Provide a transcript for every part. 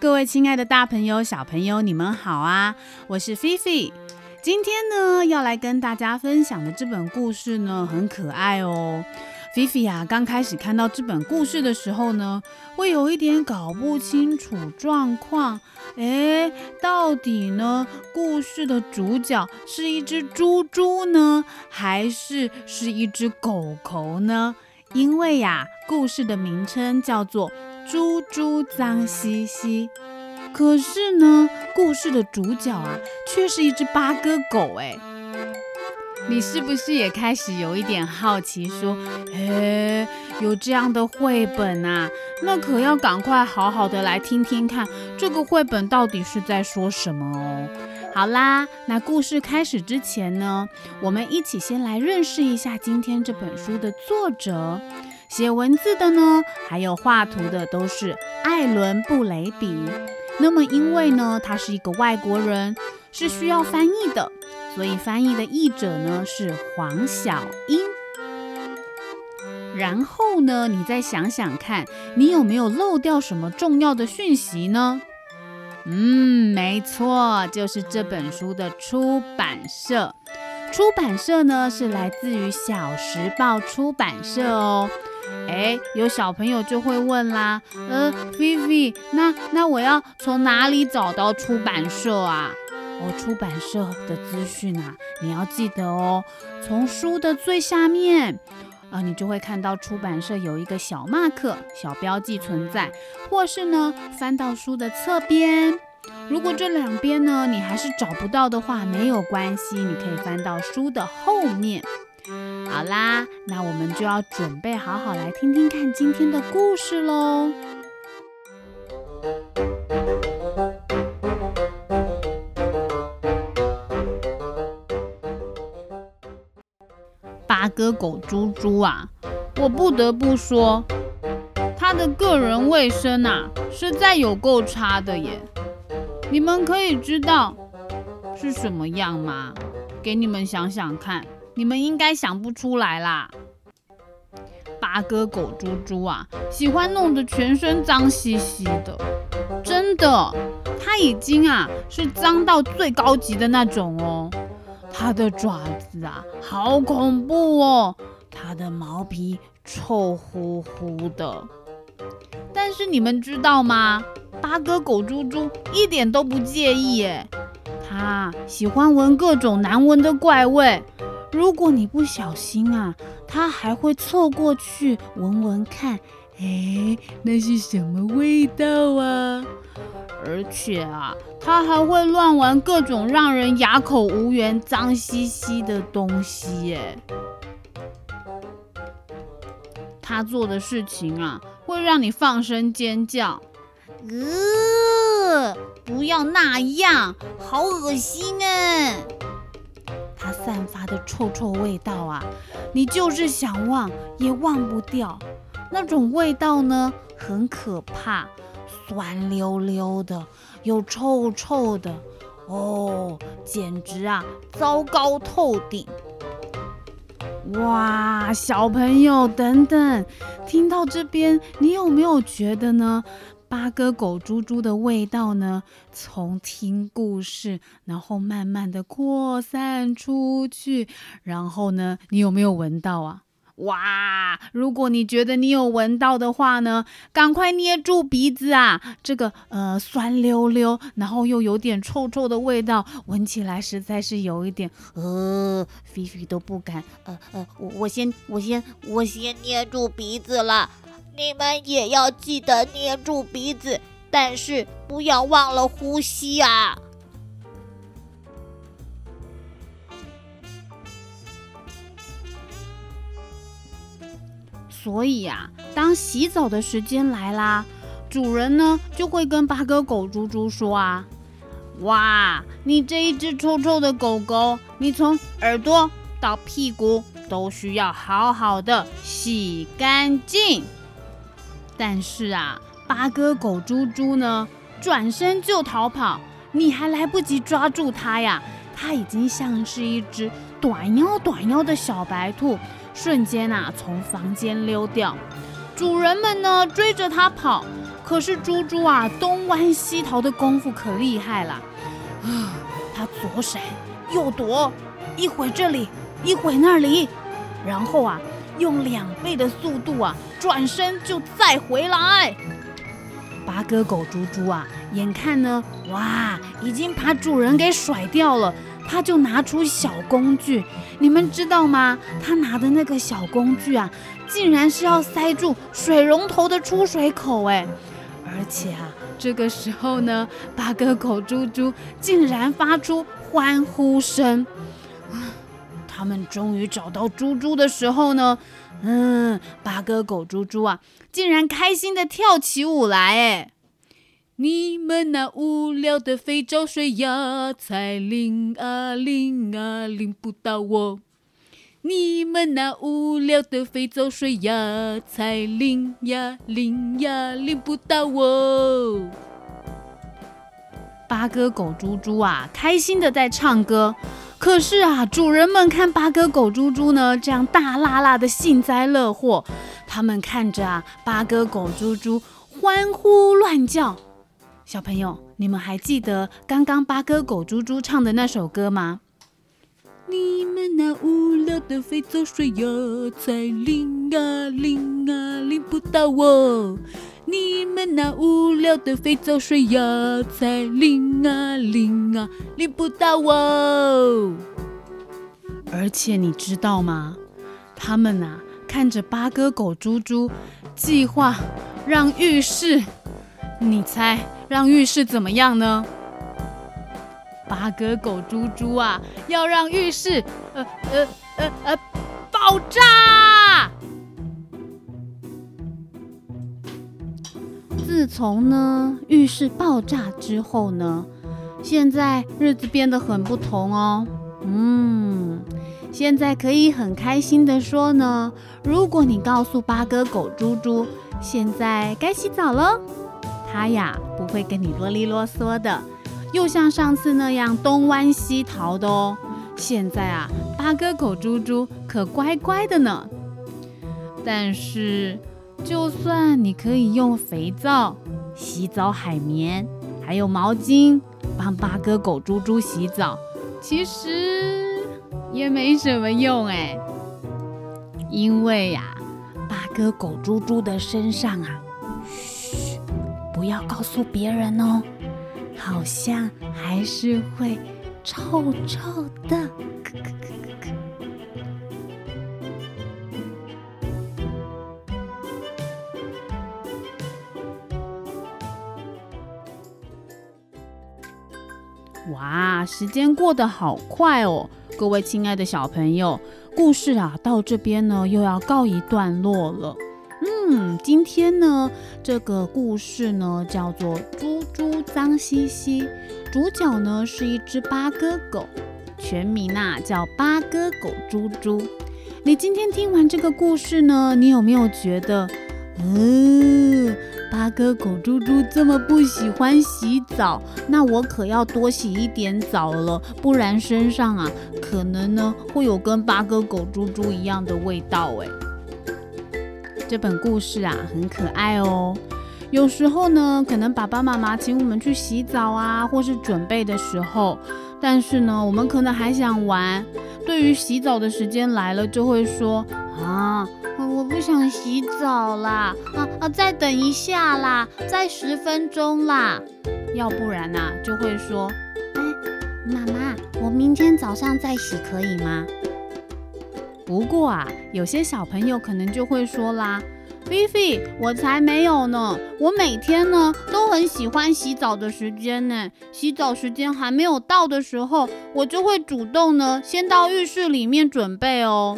各位亲爱的大朋友小朋友，你们好啊，我是菲菲。今天呢要来跟大家分享的这本故事呢很可爱哦。菲菲啊，刚开始看到这本故事的时候呢，会有一点搞不清楚状况。到底呢故事的主角是一只猪猪呢，还是一只狗狗呢？因为呀，故事的名称叫做猪猪脏兮兮，可是呢故事的主角啊却是一只八哥狗。你是不是也开始有一点好奇说，有这样的绘本啊，那可要赶快好好的来听听看这个绘本到底是在说什么哦。好啦，那故事开始之前呢，我们一起先来认识一下今天这本书的作者。写文字的呢，还有画图的都是艾伦·布雷比。那么因为呢他是一个外国人，是需要翻译的，所以翻译的译者呢是黄小英。然后呢你再想想看，你有没有漏掉什么重要的讯息呢？没错，就是这本书的出版社。出版社呢是来自于小时报出版社哦。有小朋友就会问啦，菲菲，那我要从哪里找到出版社啊？出版社的资讯啊，你要记得哦，从书的最下面你就会看到出版社有一个小 mark 小标记存在，或是呢翻到书的侧边。如果这两边呢你还是找不到的话，没有关系，你可以翻到书的后面。好啦，那我们就要准备好好来听听看今天的故事咯。八哥狗猪猪啊，我不得不说，他的个人卫生啊，实在有够差的耶。你们可以知道是什么样吗？给你们想想看，你们应该想不出来啦。八哥狗猪猪啊，喜欢弄得全身脏兮兮的，真的，它已经是脏到最高级的那种哦。它的爪子啊，好恐怖哦，它的毛皮臭乎乎的。但是你们知道吗？八哥狗猪猪一点都不介意耶，它喜欢闻各种难闻的怪味。如果你不小心它还会凑过去闻闻看，那是什么味道啊？而且它还会乱玩各种让人哑口无言、脏兮兮的东西耶。它做的事情会让你放声尖叫，不要那样，好恶心它散发的臭臭味道你就是想忘也忘不掉。那种味道呢，很可怕，酸溜溜的，又臭臭的，简直糟糕透顶。哇，小朋友等等，听到这边，你有没有觉得呢？八哥狗猪猪的味道呢，从听故事，然后慢慢的扩散出去，然后呢，你有没有闻到哇，如果你觉得你有闻到的话呢，赶快捏住鼻子这个酸溜溜，然后又有点臭臭的味道，闻起来实在是有一点菲菲都不敢我先捏住鼻子了，你们也要记得捏住鼻子，但是不要忘了呼吸所以当洗澡的时间来啦，主人呢就会跟八哥狗猪猪说哇，你这一只臭臭的狗狗，你从耳朵到屁股都需要好好的洗干净。但是八哥狗猪猪呢，转身就逃跑，你还来不及抓住它呀，它已经像是一只短腰的小白兔，瞬间从房间溜掉。主人们呢追着它跑， 可是猪猪啊，东弯西逃的功夫可厉害啦！他左闪右躲，一会这里，一会那里，然后啊，用2倍的速度啊，转身就再回来。八哥狗猪猪啊，眼看呢，哇，已经把主人给甩掉了，他就拿出小工具。你们知道吗？他拿的那个小工具啊，竟然是要塞住水龙头的出水口哎！而且啊，这个时候呢，八哥狗猪猪竟然发出欢呼声。他们终于找到猪猪的时候呢，八哥狗猪猪啊，竟然开心的跳起舞来哎！你们那无聊的非洲水呀，才淋啊淋啊淋不到我。你们那无聊的非洲水呀，才淋呀淋呀淋不到我。八哥狗猪猪啊，开心的在唱歌。可是啊，主人们看八哥狗猪猪呢，这样大辣辣的幸灾乐祸，他们看着啊，八哥狗猪猪欢呼乱叫。小朋友，你们还记得刚刚八哥狗猪猪唱的那首歌吗？你们那无聊的非洲水呀，才淋啊淋啊淋不到我。你们那无聊的非洲水呀，才淋啊淋啊淋不到我。而且你知道吗？他们啊，看着八哥狗猪猪计划让浴室，你猜让浴室怎么样呢？八哥狗猪猪啊，要让浴室爆炸！自从呢浴室爆炸之后呢，现在日子变得很不同哦。现在可以很开心的说呢，如果你告诉八哥狗猪猪现在该洗澡了，他呀不会跟你啰里啰嗦的，又像上次那样东弯西逃的哦。现在啊，八哥狗猪猪可乖乖的呢。但是就算你可以用肥皂、洗澡海绵还有毛巾帮八哥狗猪猪洗澡，其实也没什么用哎。因为呀，八哥狗猪猪的身上啊，嘘，不要告诉别人哦，好像还是会臭臭的。哇，时间过得好快哦！各位亲爱的小朋友，故事啊到这边呢又要告一段落了。今天呢这个故事呢叫做猪猪脏兮兮，主角呢是一只八哥狗，全名啊叫八哥狗猪猪。你今天听完这个故事呢，你有没有觉得八哥狗猪猪这么不喜欢洗澡，那我可要多洗一点澡了，不然身上啊可能呢会有跟八哥狗猪猪一样的味道哎。这本故事啊很可爱哦。有时候呢，可能爸爸妈妈请我们去洗澡啊，或是准备的时候，但是呢，我们可能还想玩。对于洗澡的时间来了，就会说我不想洗澡啦，再等一下啦，再10分钟啦。要不然啊，就会说，妈妈，我明天早上再洗可以吗？不过啊，有些小朋友可能就会说啦，菲菲，我才没有呢，我每天呢都很喜欢洗澡的时间呢，洗澡时间还没有到的时候，我就会主动呢先到浴室里面准备哦。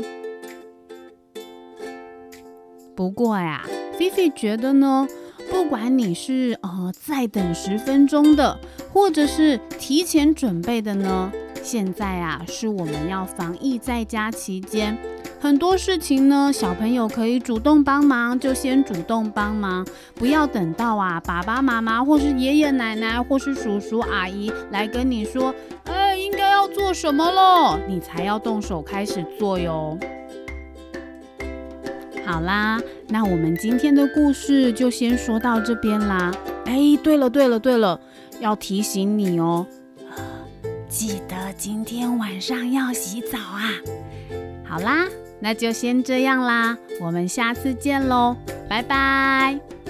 不过呀，菲菲觉得呢，不管你是再等10分钟的，或者是提前准备的呢，现在啊是我们要防疫在家期间，很多事情呢，小朋友可以主动帮忙，就先主动帮忙，不要等到啊爸爸妈妈或是爷爷奶奶或是叔叔阿姨来跟你说，应该要做什么咯，你才要动手开始做哟。 好啦，那我们今天的故事就先说到这边啦。对了，要提醒你哦，记得今天晚上要洗澡啊。好啦，那就先这样啦，我们下次见咯，拜拜。